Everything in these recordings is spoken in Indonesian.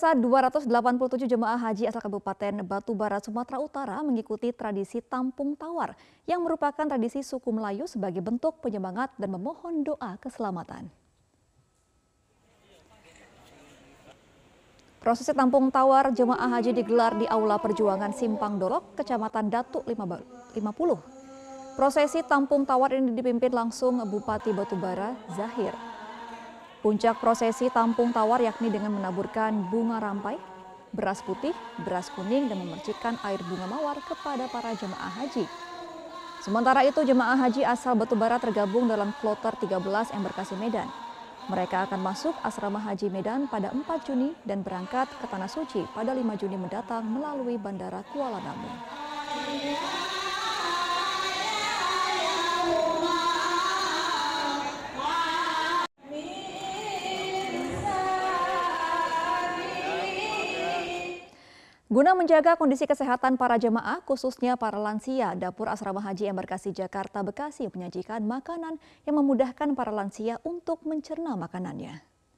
Pemirsa, 287 jemaah haji asal Kabupaten Batubara, Sumatera Utara mengikuti tradisi Tampung Tawar yang merupakan tradisi suku Melayu sebagai bentuk penyemangat dan memohon doa keselamatan. Prosesi Tampung Tawar jemaah haji digelar di Aula Perjuangan Simpang Dolok, Kecamatan Datuk 50. Prosesi Tampung Tawar ini dipimpin langsung Bupati Batubara, Zahir. Puncak prosesi Tampung Tawar yakni dengan menaburkan bunga rampai, beras putih, beras kuning dan memercikkan air bunga mawar kepada para jemaah haji. Sementara itu jemaah haji asal Batubara tergabung dalam kloter 13 Embarkasi Medan. Mereka akan masuk asrama haji Medan pada 4 Juni dan berangkat ke Tanah Suci pada 5 Juni mendatang melalui Bandara Kuala Namu. Guna menjaga kondisi kesehatan para jemaah, khususnya para lansia, Dapur Asrama Haji Embarkasi Jakarta Bekasi menyajikan makanan yang memudahkan para lansia untuk mencerna makanannya.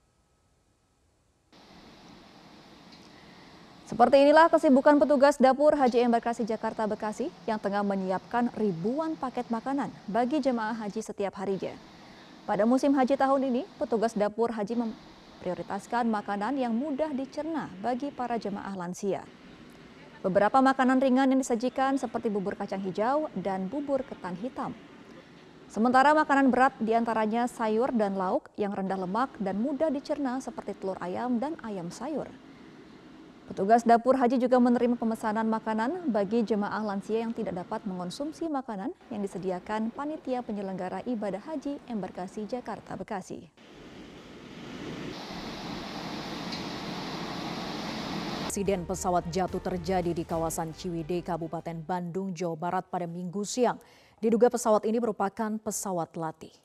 Seperti inilah kesibukan petugas Dapur Haji Embarkasi Jakarta Bekasi yang tengah menyiapkan ribuan paket makanan bagi jemaah haji setiap harinya. Pada musim haji tahun ini, petugas Dapur Haji memprioritaskan makanan yang mudah dicerna bagi para jemaah lansia. Beberapa makanan ringan yang disajikan seperti bubur kacang hijau dan bubur ketan hitam. Sementara makanan berat diantaranya sayur dan lauk yang rendah lemak dan mudah dicerna seperti telur ayam dan ayam sayur. Petugas Dapur Haji juga menerima pemesanan makanan bagi jemaah lansia yang tidak dapat mengonsumsi makanan yang disediakan Panitia Penyelenggara Ibadah Haji Embarkasi Jakarta Bekasi. Insiden pesawat jatuh terjadi di kawasan Ciwidey, Kabupaten Bandung, Jawa Barat pada Minggu siang. Diduga pesawat ini merupakan pesawat latih.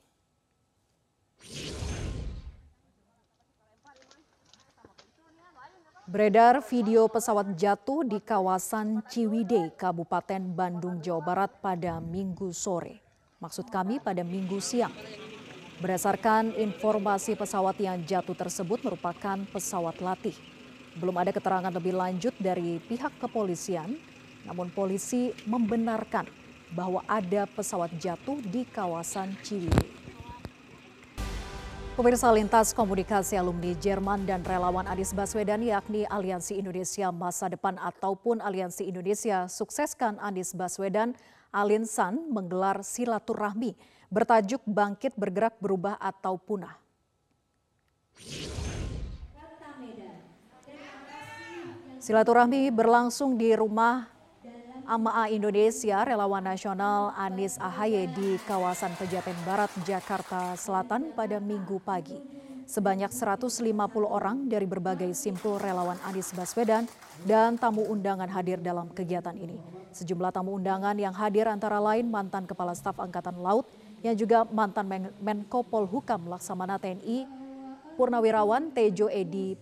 Beredar video pesawat jatuh di kawasan Ciwidey, Kabupaten Bandung, Jawa Barat pada Minggu sore. Maksud kami pada Minggu siang. Berdasarkan informasi pesawat yang jatuh tersebut merupakan pesawat latih. Belum ada keterangan lebih lanjut dari pihak kepolisian, namun polisi membenarkan bahwa ada pesawat jatuh di kawasan Ciwidey. Pemirsa, lintas komunikasi alumni Jerman dan relawan Anies Baswedan yakni Aliansi Indonesia Masa Depan ataupun Aliansi Indonesia Sukseskan Anies Baswedan, Alinsan menggelar silaturahmi bertajuk Bangkit Bergerak Berubah atau Punah. Silaturahmi berlangsung di rumah AMA Indonesia Relawan Nasional Anies Ahaye di kawasan Pejaten Barat, Jakarta Selatan pada Minggu pagi. Sebanyak 150 orang dari berbagai simpul relawan Anies Baswedan dan tamu undangan hadir dalam kegiatan ini. Sejumlah tamu undangan yang hadir antara lain mantan Kepala Staf Angkatan Laut yang juga mantan Menko Polhukam Laksamana TNI Purnawirawan Tejo Edi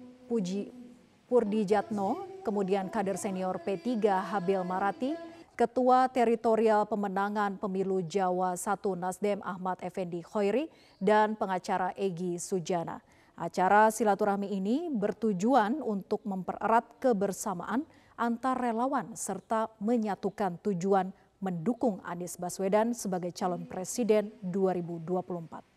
Purdijatno, kemudian kader senior P3 Habil Marati, Ketua Teritorial Pemenangan Pemilu Jawa 1 Nasdem Ahmad Effendi Khoiri, dan pengacara Egy Sujana. Acara silaturahmi ini bertujuan untuk mempererat kebersamaan antar relawan serta menyatukan tujuan mendukung Anies Baswedan sebagai calon presiden 2024.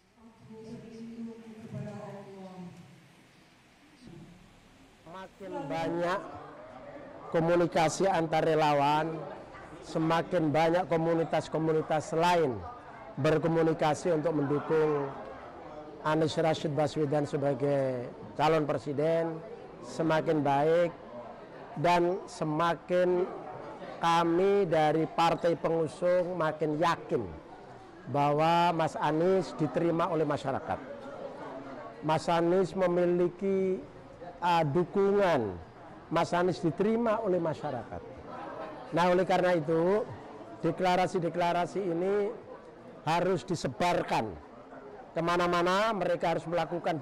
Semakin banyak komunikasi antar relawan, semakin banyak komunitas-komunitas lain berkomunikasi untuk mendukung Anies Rashid Baswedan sebagai calon presiden, semakin baik dan semakin kami dari partai pengusung makin yakin bahwa Mas Anies diterima oleh masyarakat. Mas Anies memiliki dukungan, Mas Anies diterima oleh masyarakat. Nah, oleh karena itu deklarasi-deklarasi ini harus disebarkan kemana-mana. Mereka harus melakukan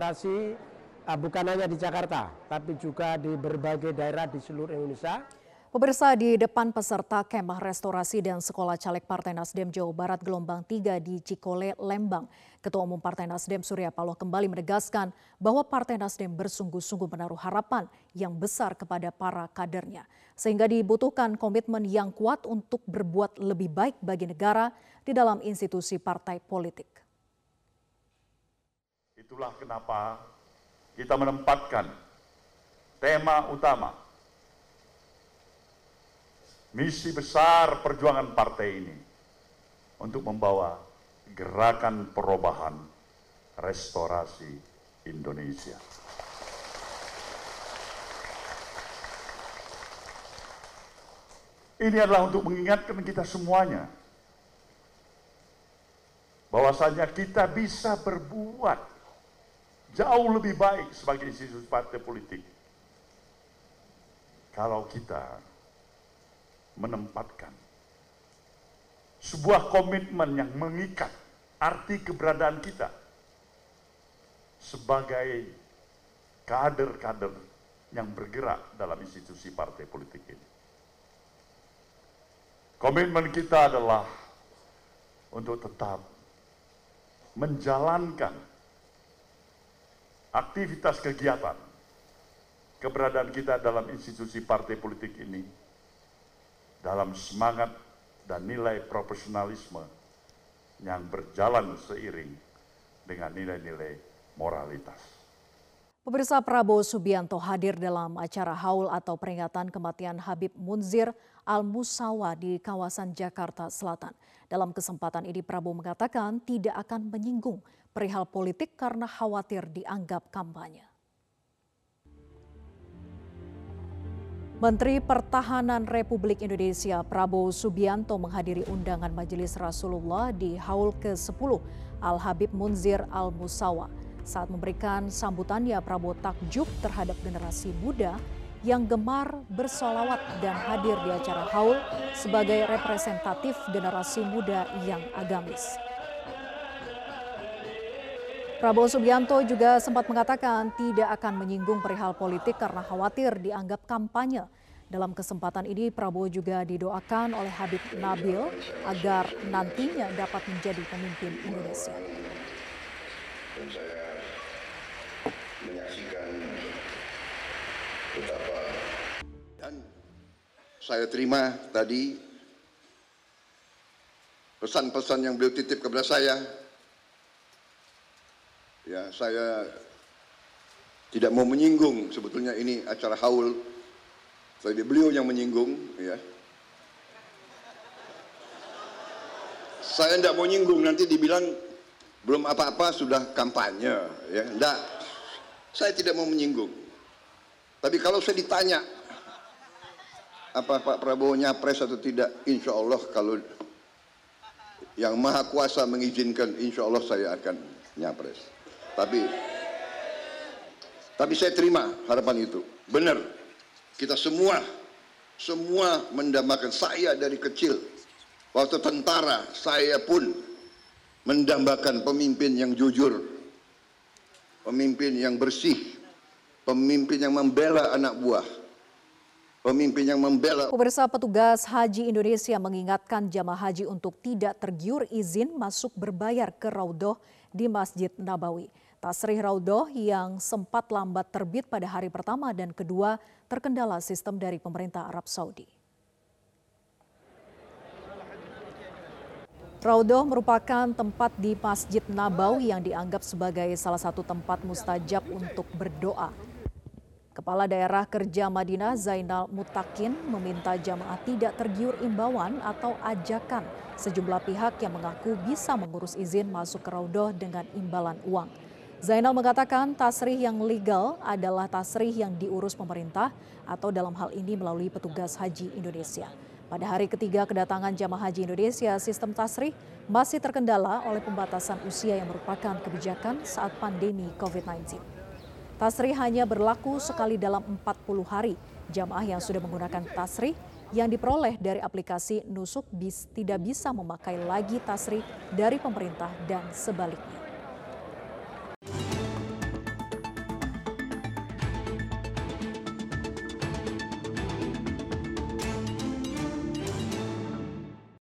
deklarasi-deklarasi bukan hanya di Jakarta, tapi juga di berbagai daerah di seluruh Indonesia. Pemirsa, di depan peserta kemah restorasi dan sekolah caleg Partai Nasdem Jawa Barat gelombang 3 di Cikole, Lembang, Ketua Umum Partai Nasdem Surya Paloh kembali menegaskan bahwa Partai Nasdem bersungguh-sungguh menaruh harapan yang besar kepada para kadernya. Sehingga dibutuhkan komitmen yang kuat untuk berbuat lebih baik bagi negara di dalam institusi partai politik. Itulah kenapa kita menempatkan tema utama misi besar perjuangan partai ini untuk membawa gerakan perubahan restorasi Indonesia. Ini adalah untuk mengingatkan kita semuanya bahwasanya kita bisa berbuat jauh lebih baik sebagai institusi partai politik kalau kita menempatkan sebuah komitmen yang mengikat arti keberadaan kita sebagai kader-kader yang bergerak dalam institusi partai politik ini. Komitmen kita adalah untuk tetap menjalankan aktivitas kegiatan keberadaan kita dalam institusi partai politik ini dalam semangat dan nilai profesionalisme yang berjalan seiring dengan nilai-nilai moralitas. Pemirsa, Prabowo Subianto hadir dalam acara haul atau peringatan kematian Habib Munzir Al-Musawa di kawasan Jakarta Selatan. Dalam kesempatan ini Prabowo mengatakan tidak akan menyinggung perihal politik karena khawatir dianggap kampanye. Menteri Pertahanan Republik Indonesia Prabowo Subianto menghadiri undangan Majelis Rasulullah di Haul ke-10 Al-Habib Munzir Al-Musawa. Saat memberikan sambutannya, Prabowo takjub terhadap generasi muda yang gemar bersolawat dan hadir di acara haul sebagai representatif generasi muda yang agamis. Prabowo Subianto juga sempat mengatakan tidak akan menyinggung perihal politik karena khawatir dianggap kampanye. Dalam kesempatan ini Prabowo juga didoakan oleh Habib Nabil agar nantinya dapat menjadi pemimpin Indonesia. Dan saya menyaksikan betapa dan saya terima tadi pesan-pesan yang beliau titip kepada saya. Ya, saya tidak mau menyinggung, sebetulnya ini acara haul, tapi beliau yang menyinggung. Ya. Saya tidak mau nyinggung, nanti dibilang belum apa-apa sudah kampanye. Ya. Enggak, saya tidak mau menyinggung. Tapi kalau saya ditanya, apa Pak Prabowo nyapres atau tidak, insya Allah kalau yang Maha Kuasa mengizinkan, insya Allah saya akan nyapres. Tapi saya terima harapan itu. Benar, kita semua mendambakan. Saya dari kecil, waktu tentara, saya pun mendambakan pemimpin yang jujur, pemimpin yang bersih, pemimpin yang membela anak buah, pemimpin yang membela. Pemirsa, petugas Haji Indonesia mengingatkan jamaah haji untuk tidak tergiur izin masuk berbayar ke Raudhoh di Masjid Nabawi. Tasrih Raudhoh yang sempat lambat terbit pada hari pertama dan kedua terkendala sistem dari pemerintah Arab Saudi. Raudhoh merupakan tempat di Masjid Nabawi yang dianggap sebagai salah satu tempat mustajab untuk berdoa. Kepala Daerah Kerja Madinah Zainal Mutakin meminta jamaah tidak tergiur imbauan atau ajakan sejumlah pihak yang mengaku bisa mengurus izin masuk ke Raudhoh dengan imbalan uang. Zainal mengatakan tasrih yang legal adalah tasrih yang diurus pemerintah atau dalam hal ini melalui petugas Haji Indonesia. Pada hari ketiga kedatangan jamaah Haji Indonesia, sistem tasrih masih terkendala oleh pembatasan usia yang merupakan kebijakan saat pandemi COVID-19. Tasrih hanya berlaku sekali dalam 40 hari. Jamaah yang sudah menggunakan tasrih yang diperoleh dari aplikasi Nusuk tidak bisa memakai lagi tasrih dari pemerintah dan sebaliknya.